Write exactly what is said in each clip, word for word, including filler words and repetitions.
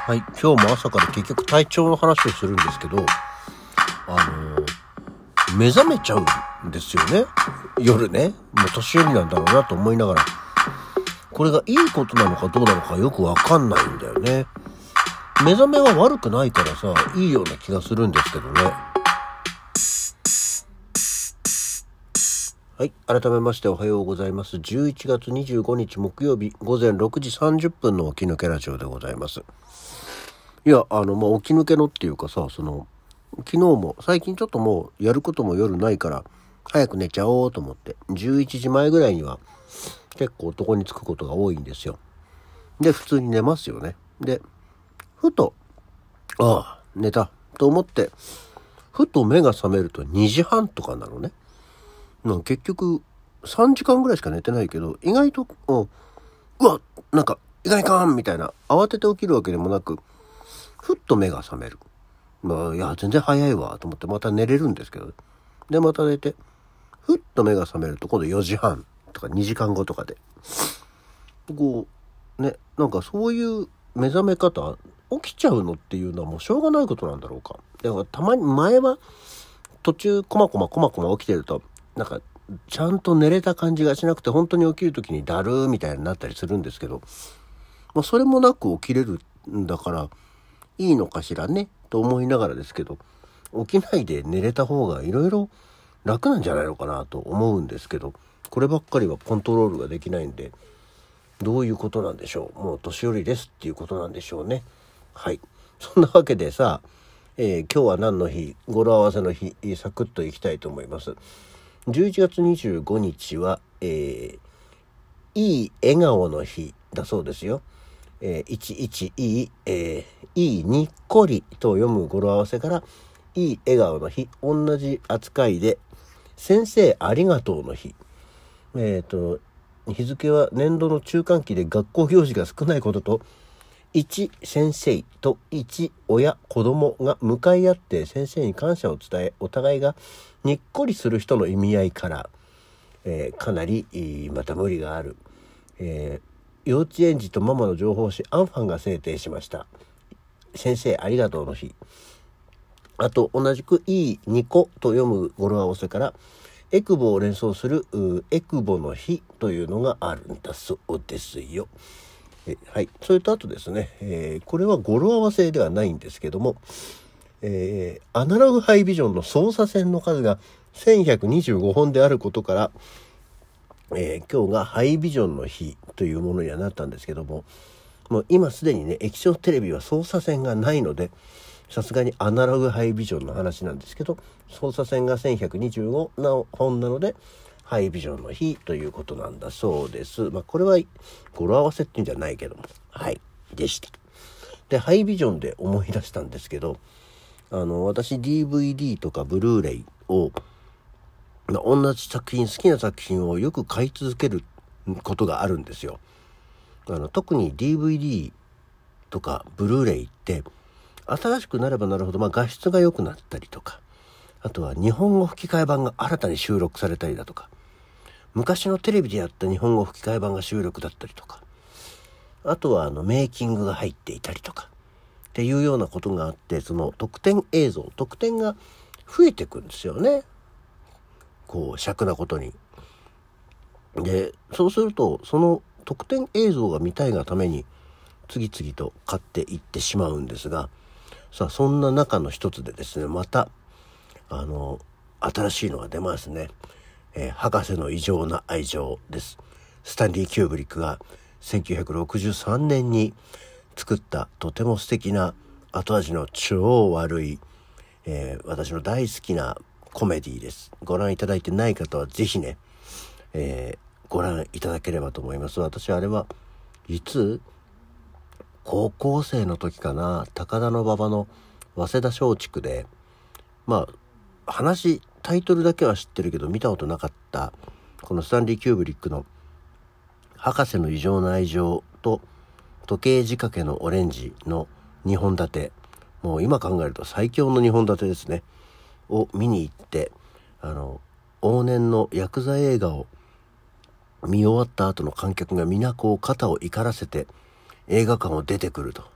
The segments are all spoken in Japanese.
はい、今日も朝から結局体調の話をするんですけど、あのー、目覚めちゃうんですよね。夜ね、もう年寄りなんだろうなと思いながら、これがいいことなのかどうなのかよくわかんないんだよね。目覚めは悪くないからさ、いいような気がするんですけどね。はい、改めましておはようございます。じゅういちがつにじゅうごにち木曜日午前ろくじさんじゅっぷんの起き抜けラジオでございます。いや、あの、まあ、起き抜けのっていうかさ、その、昨日も、最近ちょっともうやることも夜ないから、早く寝ちゃおうと思って、じゅういちじまえぐらいには結構床に着くことが多いんですよ。で、普通に寝ますよね。で、ふと、ああ、寝たと思って、ふと目が覚めるとにじはんとかなのね。なん結局、さんじかんぐらいしか寝てないけど、意外と、うん、うわ、なんか、いかんいかんみたいな、慌てて起きるわけでもなく、ふっと目が覚める。まあ、いや、全然早いわと思ってまた寝れるんですけど。で、また寝て、ふっと目が覚めると今度よじはんとかにじかんごとかで。こう、ね、なんかそういう目覚め方、起きちゃうのっていうのはもうしょうがないことなんだろうか。だからたまに前は途中コマコマコマコマ起きてると、なんかちゃんと寝れた感じがしなくて本当に起きるときにだるーみたいになったりするんですけど、まあ、それもなく起きれるんだから、いいのかしらねと思いながらですけど、起きないで寝れた方がいろいろ楽なんじゃないのかなと思うんですけど、こればっかりはコントロールができないんで、どういうことなんでしょう。もう年寄りですっていうことなんでしょうね。はい、そんなわけでさ、えー、今日は何の日、語呂合わせの日、サクッといきたいと思います。じゅういちがつにじゅうごにちは、えー、いい笑顔の日だそうですよ。えー、いちいちいい、えー、いいにっこりと読む語呂合わせからいい笑顔の日、同じ扱いで先生ありがとうの日、えーと日付は年度の中間期で学校行事が少ないことと、いち先生といち親子供が向かい合って先生に感謝を伝え、お互いがにっこりする人の意味合いから、えー、かなりまた無理がある、えー幼稚園児とママの情報誌アンファンが制定しました先生ありがとうの日。あと同じくいいにこと読む語呂合わせからエクボを連想するエクボの日というのがあるんだそうですよ。えはい、それとあとですね、えー、これは語呂合わせではないんですけども、えー、アナログハイビジョンの操作線の数がせんひゃくにじゅうごほんであることから、えー、今日がハイビジョンの日というものにはなったんですけども、もう今すでにね液晶テレビは操作線がないので、さすがにアナログハイビジョンの話なんですけど、操作線がせんひゃくにじゅうごほんなのでハイビジョンの日ということなんだそうです。まあこれは語呂合わせっていうんじゃないけども、はいでした。でハイビジョンで思い出したんですけど、あの私 ディーブイディー とかブルーレイを同じ作品、好きな作品をよく買い続けることがあるんですよ。あの特に ディーブイディー とかブルーレイって新しくなればなるほど、まあ、画質が良くなったりとか、あとは日本語吹き替え版が新たに収録されたりだとか、昔のテレビでやった日本語吹き替え版が収録だったりとか、あとはあのメイキングが入っていたりとかっていうようなことがあって、その特典映像、特典が増えてくんですよね。こう尺なことに。でそうするとその特典映像が見たいがために次々と買っていってしまうんですが、さあそんな中の一つでですね、またあの新しいのが出ますね。えー、博士の異常な愛情です。スタンリー・キューブリックがせんきゅうひゃくろくじゅうさんねんに作ったとても素敵な後味の超悪い、えー、私の大好きなコメディです。ご覧いただいてない方はぜひね、えー、ご覧いただければと思います。私あれはいつ高校生の時かな、高田馬場の早稲田松竹で、まあ話タイトルだけは知ってるけど見たことなかったこのスタンリー・キューブリックの博士の異常な愛情と時計仕掛けのオレンジのにほん立て、もう今考えると最強のにほん立てですねを見に行って、あの往年のヤクザ映画を見終わった後の観客が皆こう肩を怒らせて映画館を出てくると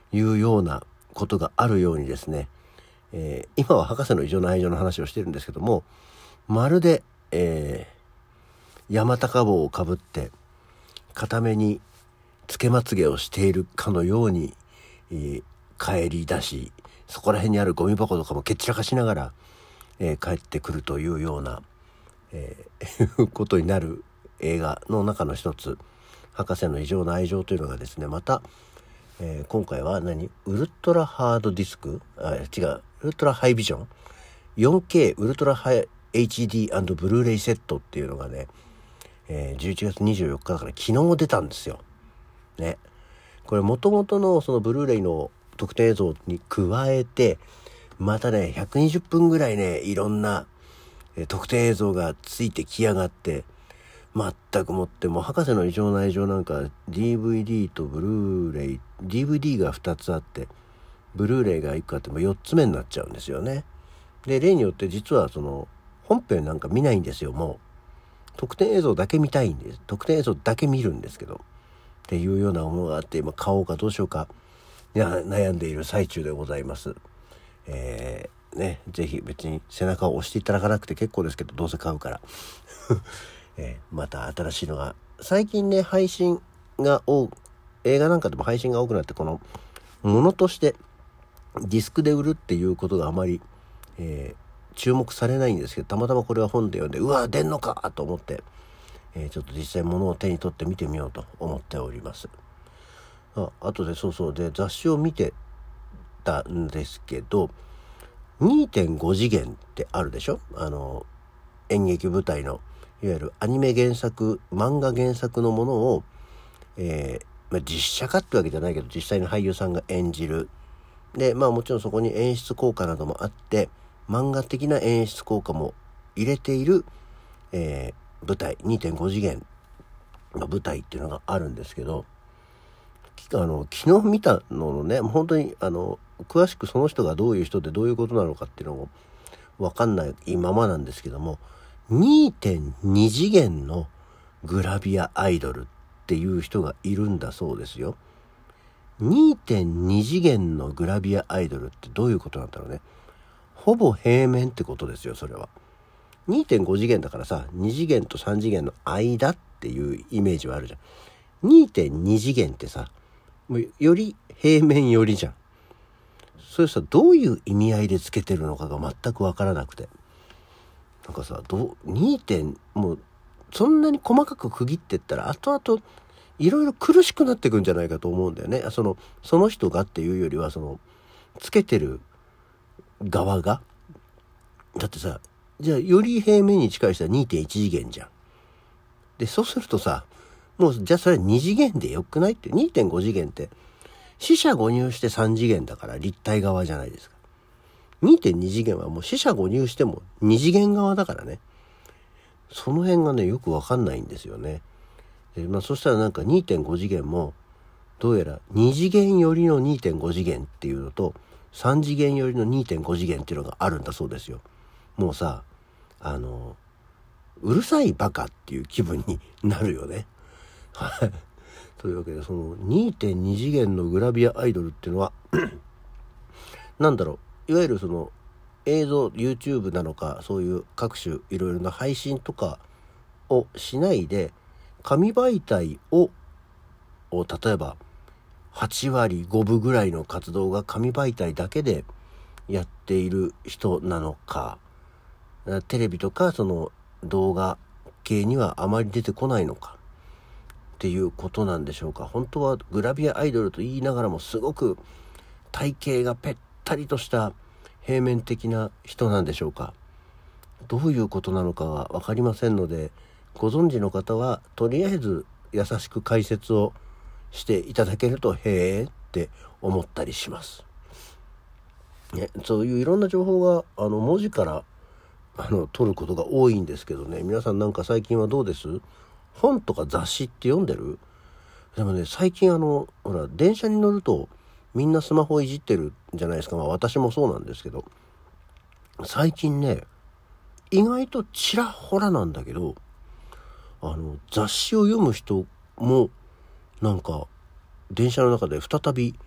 いうようなことがあるようにですね、えー、今は博士の異常な愛情の話をしてるんですけども、まるで、えー、山高帽をかぶって固めにつけまつげをしているかのように、えー、帰り出し、そこら辺にあるゴミ箱とかも蹴っ散らかしながら、えー、帰ってくるというような、えー、ことになる映画の中の一つ、博士の異常な愛情というのがですね、また、えー、今回は何ウルトラハードディスクあ違うウルトラハイビジョン よんケー ウルトラハイ エイチディー& ブルーレイセットっていうのがね、えー、じゅういちがつにじゅうよっかだから昨日出たんですよね。これ元々のそのブルーレイの特典映像に加えてまたねひゃくにじゅっぷんぐらいねいろんな、えー、特典映像がついてきやがって、全くもってもう博士の異常な愛情なんか ディーブイディー とブルーレイ ディーブイディー がふたつあってブルーレイがいっこあってもよっつめになっちゃうんですよね。で例によって実はその本編なんか見ないんですよ。もう特典映像だけ見たいんです。特典映像だけ見るんですけどっていうようなものがあって、今買おうかどうしようかいや悩んでいる最中でございます。えー、ねぜひ別に背中を押していただかなくて結構ですけど、どうせ買うからえー、また新しいのが最近ね配信が多映画なんかでも配信が多くなって、このものとしてディスクで売るっていうことがあまり、えー、注目されないんですけど、たまたまこれは本で読んでうわ出んのかと思って、えー、ちょっと実際物を手に取って見てみようと思っております。ああとでそうそうで雑誌を見てたんですけど にてんご 次元ってあるでしょ。あの演劇舞台のいわゆるアニメ原作漫画原作のものを、えーまあ、実写化ってわけじゃないけど実際の俳優さんが演じる。でまあもちろんそこに演出効果などもあって漫画的な演出効果も入れている、えー、舞台 にてんご 次元の舞台っていうのがあるんですけど、あの昨日見たののね本当にあの詳しくその人がどういう人でどういうことなのかっていうのも分かんないままなんですけども、 にてんに 次元のグラビアアイドルっていう人がいるんだそうですよ。 にてんに 次元のグラビアアイドルってどういうことなんだろうね。ほぼ平面ってことですよ。それは にてんご 次元だからさ、に次元とさん次元の間っていうイメージはあるじゃん。 にてんに 次元ってさもうより平面よりじゃん。それさどういう意味合いでつけてるのかが全く分からなくて、なんかさどうに点もうそんなに細かく区切ってったら後々いろいろ苦しくなってくんじゃないかと思うんだよね。そのその人がっていうよりはそのつけてる側が、だってさじゃあより平面に近い人は にてんいち 次元じゃん。でそうするとさもうじゃあそれに次元でよくないって。 にてんご 次元って四捨五入してさん次元だから立体側じゃないですか。 にてんに 次元はもう四捨五入してもに次元側だからね。その辺がねよくわかんないんですよね。で、まあ、そしたらなんか にてんご 次元もどうやらに次元寄りの にてんご 次元っていうのとさん次元寄りの にてんご 次元っていうのがあるんだそうですよ。もうさあのうるさいバカっていう気分になるよねというわけでその にてんに 次元のグラビアアイドルっていうのはなんだろう、いわゆるその映像 YouTube なのかそういう各種いろいろな配信とかをしないで紙媒体をを例えばはち割ごぶぐらいの活動が紙媒体だけでやっている人なのか、テレビとかその動画系にはあまり出てこないのかっていうことなんでしょうか。本当はグラビアアイドルと言いながらもすごく体型がぺったりとした平面的な人なんでしょうか。どういうことなのかは分かりませんので、ご存知の方はとりあえず優しく解説をしていただけるとへーって思ったりします、ね、そういういろんな情報があの文字からあの取ることが多いんですけどね。皆さんなんか最近はどうです？本とか雑誌って読んでる？でもね最近あのほら電車に乗るとみんなスマホいじってるじゃないですか。まあ私もそうなんですけど、最近ね意外とちらほらなんだけどあの雑誌を読む人もなんか電車の中で再び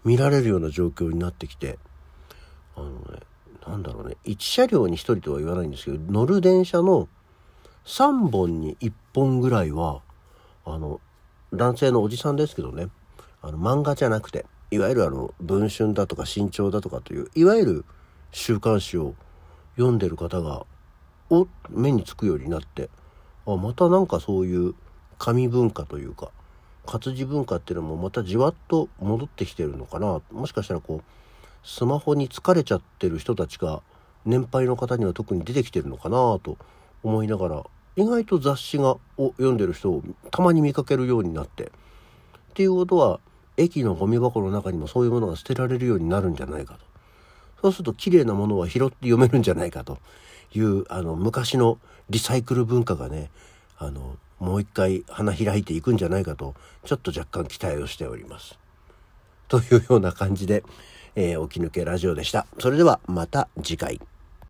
見られるような状況になってきて、あのね、なんだろうね、いち車両にひとりとは言わないんですけど、乗る電車のさんぼんにいっぽんぐらいはあの男性のおじさんですけどね、あの漫画じゃなくて、いわゆるあの文春だとか新潮だとかといういわゆる週刊誌を読んでる方がお目につくようになって、あまたなんかそういう紙文化というか活字文化っていうのもまたじわっと戻ってきてるのかな。もしかしたらこうスマホに疲れちゃってる人たちが年配の方には特に出てきてるのかなと思いながら、意外と雑誌がを読んでる人をたまに見かけるようになって、っていうことは駅のゴミ箱の中にもそういうものが捨てられるようになるんじゃないかと。そうすると綺麗なものは拾って読めるんじゃないかというあの昔のリサイクル文化がね、あのもう一回花開いていくんじゃないかとちょっと若干期待をしております。というような感じで、えー、起き抜けラジオでした。それではまた次回。